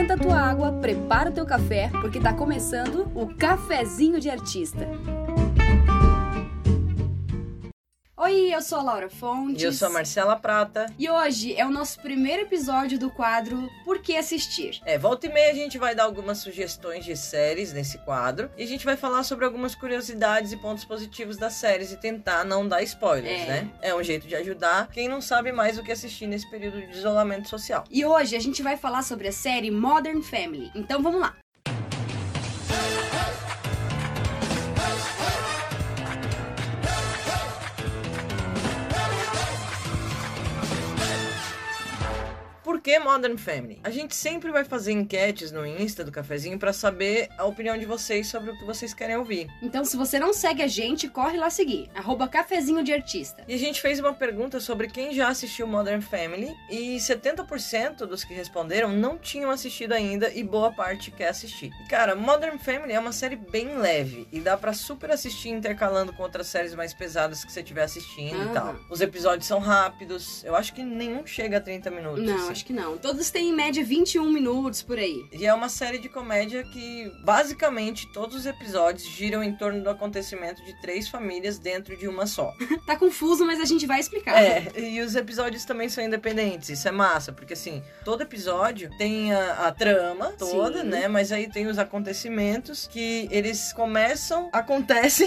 esquenta a tua água, prepara o teu café, porque tá começando o Cafezinho de Artista. Oi, eu sou a Laura Fontes. E eu sou a Marcela Prata. E hoje é o nosso primeiro episódio do quadro Por que Assistir? Volta e meia a gente vai dar algumas sugestões de séries nesse quadro. E a gente vai falar sobre algumas curiosidades e pontos positivos das séries e tentar não dar spoilers, né? É um jeito de ajudar quem não sabe mais o que assistir nesse período de isolamento social. E hoje a gente vai falar sobre a série Modern Family. Então vamos lá. Por que Modern Family? A gente sempre vai fazer enquetes no Insta do Cafezinho pra saber a opinião de vocês sobre o que vocês querem ouvir. Então, se você não segue a gente, corre lá seguir. @Cafezinho de Artista. E a gente fez uma pergunta sobre quem já assistiu Modern Family e 70% dos que responderam não tinham assistido ainda e boa parte quer assistir. E, cara, Modern Family é uma série bem leve e dá pra super assistir intercalando com outras séries mais pesadas que você estiver assistindo e tal. Os episódios são rápidos, eu acho que nenhum chega a 30 minutos. Não, acho que não. Todos têm em média 21 minutos por aí. E é uma série de comédia que, basicamente, todos os episódios giram em torno do acontecimento de 3 famílias dentro de uma só. Tá confuso, mas a gente vai explicar. E os episódios também são independentes. Isso é massa, porque assim, todo episódio tem a trama toda, sim, né? Mas aí tem os acontecimentos que eles começam, acontecem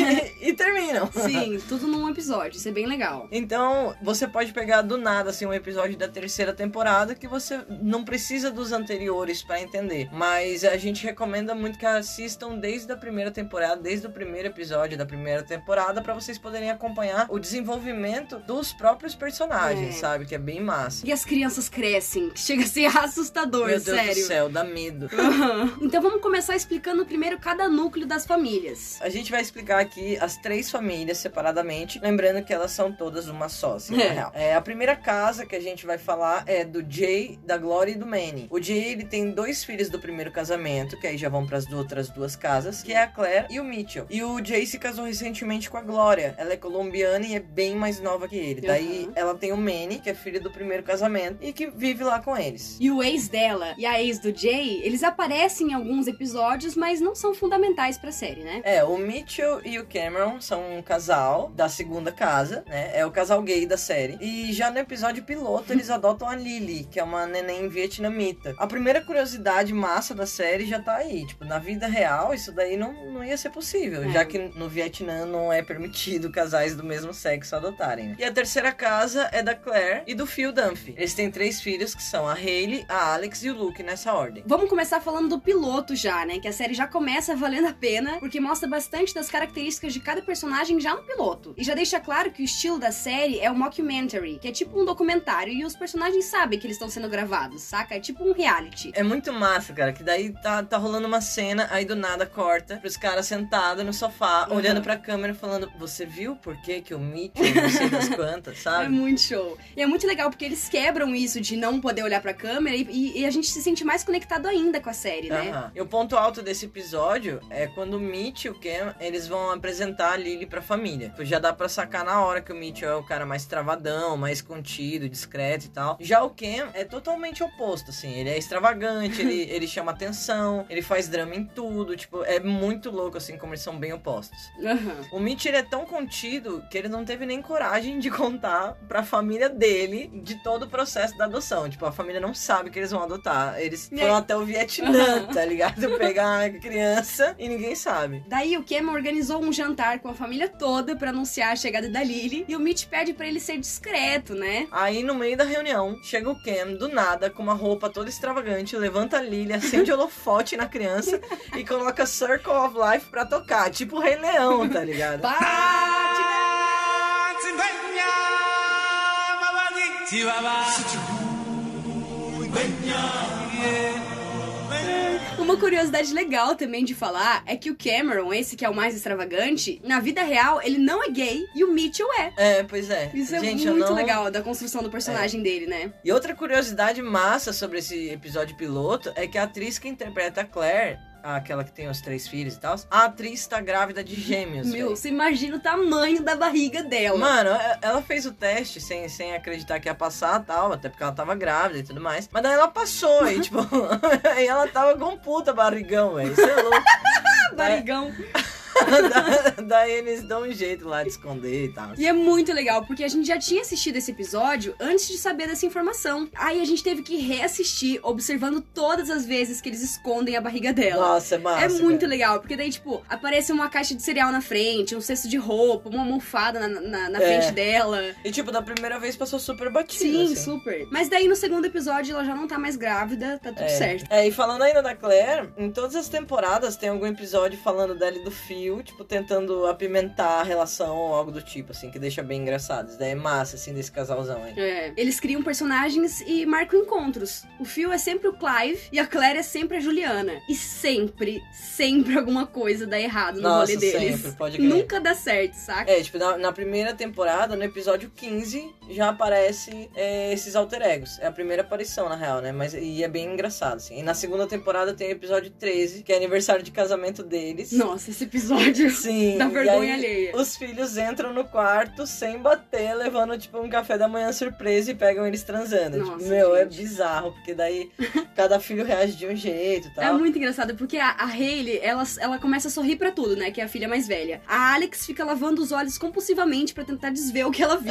e terminam. Sim, tudo num episódio. Isso é bem legal. Então, você pode pegar do nada, assim, um episódio da 3ª temporada que você não precisa dos anteriores pra entender. Mas a gente recomenda muito que assistam desde a primeira temporada, desde o primeiro episódio da primeira temporada, pra vocês poderem acompanhar o desenvolvimento dos próprios personagens, sabe? Que é bem massa. E as crianças crescem, que chega a ser assustador, Meu sério. Deus do céu, dá medo. Então vamos começar explicando primeiro cada núcleo das famílias. A gente vai explicar aqui as 3 famílias separadamente, lembrando que elas são todas uma só, assim, na real. A primeira casa que a gente vai falar é do Jay, da Gloria e do Manny. O Jay, ele tem 2 filhos do primeiro casamento, que aí já vão pras outras 2 casas, que é a Claire e o Mitchell. E o Jay se casou recentemente com a Gloria. Ela é colombiana e é bem mais nova que ele. Daí ela tem o Manny, que é filho do primeiro casamento e que vive lá com eles. E o ex dela e a ex do Jay, eles aparecem em alguns episódios, mas não são fundamentais pra série, né? O Mitchell e o Cameron são um casal da segunda casa, né? É o casal gay da série. E já no episódio piloto, eles adotam a Lily, que é uma neném vietnamita. A primeira curiosidade massa da série já tá aí. Tipo, na vida real, isso daí não ia ser possível, já que no Vietnã não é permitido casais do mesmo sexo adotarem, né? E a terceira casa é da Claire e do Phil Dunphy. Eles têm 3 filhos, que são a Hailey, a Alex e o Luke, nessa ordem. Vamos começar falando do piloto já, né? Que a série já começa valendo a pena, porque mostra bastante das características de cada personagem já no piloto. E já deixa claro que o estilo da série é o mockumentary, que é tipo um documentário, e os personagens sabem que eles estão sendo gravados, saca? É tipo um reality. É muito massa, cara, que daí tá rolando uma cena, aí do nada corta pros caras sentados no sofá, olhando pra câmera falando, você viu por que o Mitchell, não sei das quantas, sabe? É muito show. E é muito legal, porque eles quebram isso de não poder olhar pra câmera e a gente se sente mais conectado ainda com a série, né? E o ponto alto desse episódio é quando o Mitch e o Cam, eles vão apresentar a Lily pra família. Já dá pra sacar na hora que o Mitchell é o cara mais travadão, mais contido, discreto e tal. Já o Cam é totalmente oposto, assim. Ele é extravagante, ele chama atenção, ele faz drama em tudo. Tipo, é muito louco, assim, como eles são bem opostos. O Mitch, ele é tão contido que ele não teve nem coragem de contar pra família dele de todo o processo da adoção. Tipo, a família não sabe que eles vão adotar. Eles foram até o Vietnã, tá ligado? Pegar a criança e ninguém sabe. Daí o Cam organizou um jantar com a família toda pra anunciar a chegada da Lily e o Mitch pede pra ele ser discreto, né? Aí, no meio da reunião, chega o Cam, do nada, com uma roupa toda extravagante, levanta a Lily, acende holofote na criança e coloca Circle of Life pra tocar. Tipo o Rei Leão, tá ligado? Uma curiosidade legal também de falar é que o Cameron, esse que é o mais extravagante, na vida real ele não é gay e o Mitchell é. Pois é. Isso é muito legal da construção do personagem dele, né? E outra curiosidade massa sobre esse episódio piloto é que a atriz que interpreta a Claire, aquela que tem os 3 filhos e tal, a atriz tá grávida de gêmeos, Meu, véio. você imagina o tamanho da barriga dela. Mano, ela fez o teste sem acreditar que ia passar e tal, até porque ela tava grávida e tudo mais. Mas daí ela passou e, tipo, e ela tava com um puta barrigão, velho. Isso é louco. Barrigão. Daí eles dão um jeito lá de esconder e tal. E é muito legal, porque a gente já tinha assistido esse episódio antes de saber dessa informação. Aí a gente teve que reassistir, observando todas as vezes que eles escondem a barriga dela. Nossa, é massa. É muito legal, porque daí, tipo, aparece uma caixa de cereal na frente, um cesto de roupa, uma almofada na frente dela. E, tipo, da primeira vez passou super batido. Sim, assim. super. Mas daí, no segundo episódio, ela já não tá mais grávida, tá tudo certo. E falando ainda da Claire, em todas as temporadas tem algum episódio falando dela e do Phil, tipo, tentando apimentar a relação ou algo do tipo, assim, que deixa bem engraçado. Isso daí é massa, assim, desse casalzão aí. Eles criam personagens e marcam encontros. O Phil é sempre o Clive e a Claire é sempre a Juliana. E sempre alguma coisa dá errado no rolê deles. Sempre, pode crer. Nunca dá certo, saca? Tipo, na primeira temporada, no episódio 15, já aparece esses alter egos. É a primeira aparição, na real, né? E é bem engraçado, assim. E na segunda temporada tem o episódio 13, que é aniversário de casamento deles. Nossa, esse episódio Sim, dá vergonha e aí, alheia. Os filhos entram no quarto sem bater, levando, tipo, um café da manhã surpresa e pegam eles transando. Nossa, tipo, meu, gente. é bizarro, porque daí cada filho reage de um jeito e tal. É muito engraçado, porque a Hailey, ela começa a sorrir pra tudo, né? Que é a filha mais velha. A Alex fica lavando os olhos compulsivamente pra tentar desver o que ela viu.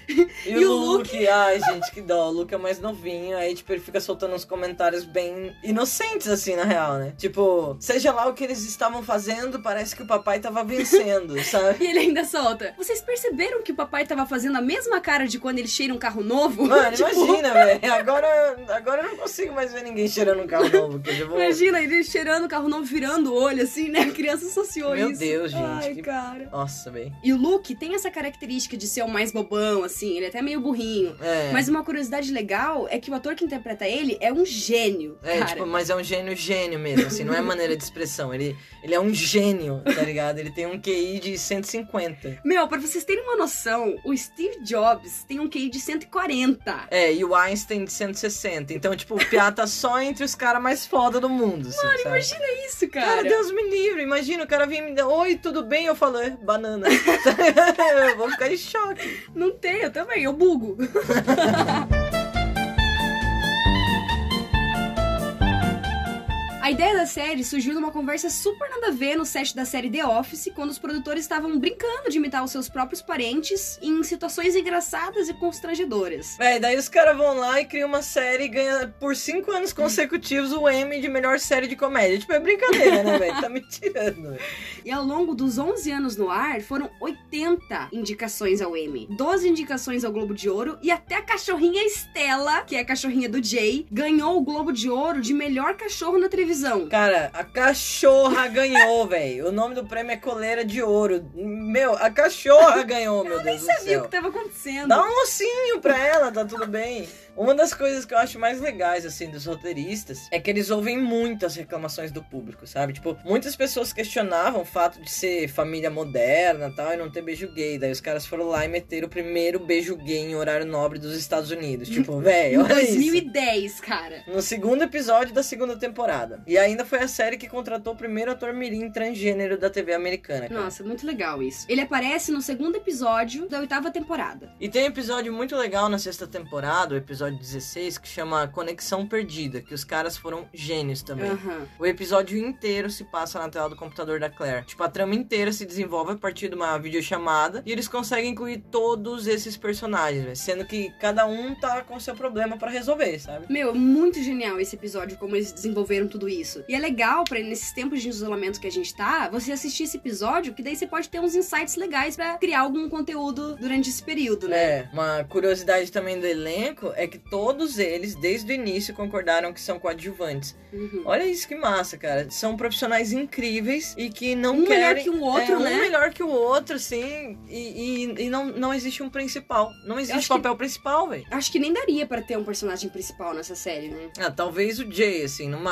E o Luke, ai, gente, que dó. O Luke é mais novinho, aí, tipo, ele fica soltando uns comentários bem inocentes, assim, na real, né? Tipo, seja lá o que eles estavam fazendo, parece que o papai tava vencendo, sabe? E ele ainda solta. Vocês perceberam que o papai tava fazendo a mesma cara de quando ele cheira um carro novo? Mano, Tipo, imagina, velho. Agora eu não consigo mais ver ninguém cheirando um carro novo. Que eu já vou... Imagina ele cheirando o carro novo, virando o olho, assim, né? A criança associou Meu isso. Deus, gente. Ai, cara. Nossa, velho. E o Luke tem essa característica de ser o mais bobão, assim. Ele é até meio burrinho. Mas uma curiosidade legal é que o ator que interpreta ele é um gênio, cara. Tipo, mas é um gênio mesmo, assim. Não é maneira de expressão. Ele é um gênio, tá ligado? Ele tem um QI de 150. Meu, pra vocês terem uma noção, o Steve Jobs tem um QI de 140. E o Einstein de 160. Então, tipo, o Piá tá só entre os caras mais foda do mundo, assim, Mano, sabe? imagina isso, cara. Cara, Deus me livre. Imagina, o cara vinha me dar, oi, tudo bem? Eu falo, banana. Eu vou ficar em choque. Não tem, eu também, eu bugo. A ideia da série surgiu numa conversa super nada a ver no set da série The Office, quando os produtores estavam brincando de imitar os seus próprios parentes em situações engraçadas e constrangedoras. Daí os caras vão lá e criam uma série e ganham por 5 anos consecutivos o Emmy de melhor série de comédia. Tipo, é brincadeira, né, velho? Tá me tirando, velho. E ao longo dos 11 anos no ar, foram 80 indicações ao Emmy, 12 indicações ao Globo de Ouro e até a cachorrinha Estela, que é a cachorrinha do Jay, ganhou o Globo de Ouro de melhor cachorro na televisão. Cara, a cachorra ganhou, velho. O nome do prêmio é Coleira de Ouro. Meu, a cachorra ganhou, meu Deus do céu. Eu nem sabia o que tava acontecendo. Dá um ossinho pra ela, tá tudo bem. Uma das coisas que eu acho mais legais, assim, dos roteiristas é que eles ouvem muitas reclamações do público, sabe? Tipo, muitas pessoas questionavam o fato de ser família moderna e tal, e não ter beijo gay. Daí os caras foram lá e meteram o primeiro beijo gay em horário nobre dos Estados Unidos. Tipo, velho, olha isso. 2010, cara. No segundo episódio da segunda temporada. E ainda foi a série que contratou o primeiro ator mirim transgênero da TV americana, cara. Nossa, muito legal isso. Ele aparece no segundo episódio da 8ª temporada. E tem um episódio muito legal na 6ª temporada, o episódio 16, que chama Conexão Perdida, que os caras foram gênios também. O episódio inteiro se passa na tela do computador da Claire. Tipo, a trama inteira se desenvolve a partir de uma videochamada e eles conseguem incluir todos esses personagens, véio, sendo que cada um tá com seu problema pra resolver, sabe? Meu, muito genial esse episódio, como eles desenvolveram tudo isso. E é legal pra nesses tempos de isolamento que a gente tá, você assistir esse episódio, que daí você pode ter uns insights legais pra criar algum conteúdo durante esse período, né? Uma curiosidade também do elenco é que todos eles, desde o início, concordaram que são coadjuvantes. Olha isso, que massa, cara. São profissionais incríveis e que não querem... melhor que o outro, né? Um melhor que o outro, sim. E não existe um principal. Não existe papel principal, velho. Acho que nem daria pra ter um personagem principal nessa série, né? Talvez o Jay, assim, no máximo,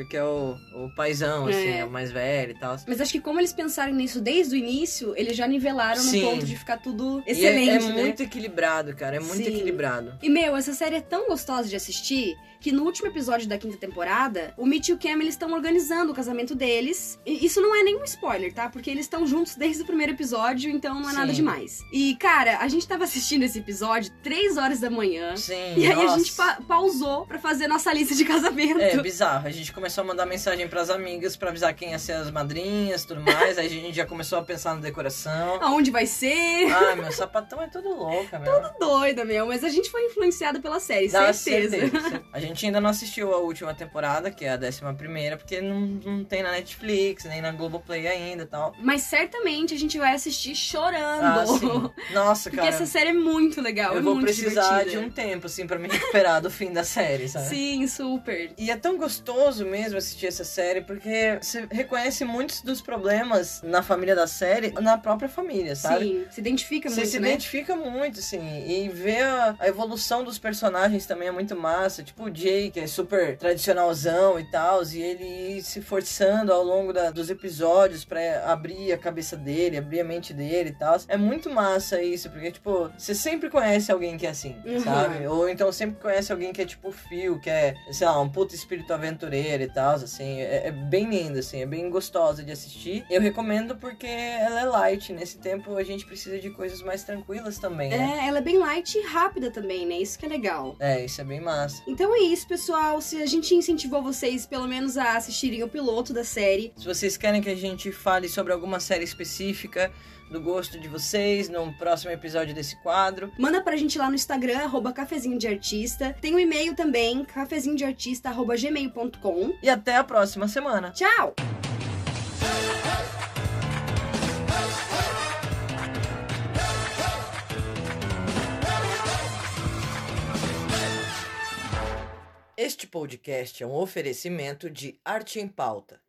porque é o paizão, assim, é o mais velho e tal. Mas acho que como eles pensaram nisso desde o início, eles já nivelaram no ponto de ficar tudo e excelente, é muito equilibrado, cara, é muito equilibrado. E, essa série é tão gostosa de assistir que no último episódio da 5ª temporada, o Mitch e o Cam, eles estão organizando o casamento deles. E isso não é nenhum spoiler, tá? Porque eles estão juntos desde o primeiro episódio, então não é nada demais. E, cara, a gente tava assistindo esse episódio 3 horas da manhã. Sim, e aí a gente pausou pra fazer nossa lista de casamento. É bizarro. A gente começou a mandar mensagem pras amigas pra avisar quem ia ser as madrinhas e tudo mais. Aí a gente já começou a pensar na decoração. Aonde vai ser? Ah, meu sapatão é todo louca, meu. Todo doida, mas a gente foi influenciado pela série, certeza. A gente ainda não assistiu a última temporada, que é a 11ª, porque não tem na Netflix, nem na Globoplay ainda e tal. Mas certamente a gente vai assistir chorando. Ah, sim. Nossa, cara. Porque essa série é muito legal, eu vou muito precisar divertida. de um tempo, assim, pra me recuperar do fim da série, sabe? Sim, super. E é tão gostoso mesmo assistir essa série, porque você reconhece muitos dos problemas na família da série, na própria família, sabe? Sim, se identifica muito, Você se identifica muito, assim, e ver a evolução dos personagens também é muito massa. Tipo o Jay, que é super tradicionalzão e tal, e ele se forçando ao longo dos episódios pra abrir a cabeça dele, abrir a mente dele e tal. É muito massa isso, porque, tipo, você sempre conhece alguém que é assim, sabe? Ou então sempre conhece alguém que é tipo o Phil, que é, sei lá, um puta espírito aventureiro e tal, assim. É bem lindo, assim, é bem gostosa de assistir. Eu recomendo porque ela é light. Nesse tempo a gente precisa de coisas mais tranquilas também, né? Ela é bem light e rápida também, né? Isso que é legal. Isso é bem massa. Então é isso, pessoal. Se a gente incentivou vocês, pelo menos, a assistirem o piloto da série. Se vocês querem que a gente fale sobre alguma série específica do gosto de vocês, no próximo episódio desse quadro, manda pra gente lá no Instagram, @cafezinho de artista. Tem um e-mail também, cafezinhodeartista@gmail.com. E até a próxima semana. Tchau! Este podcast é um oferecimento de Arte em Pauta.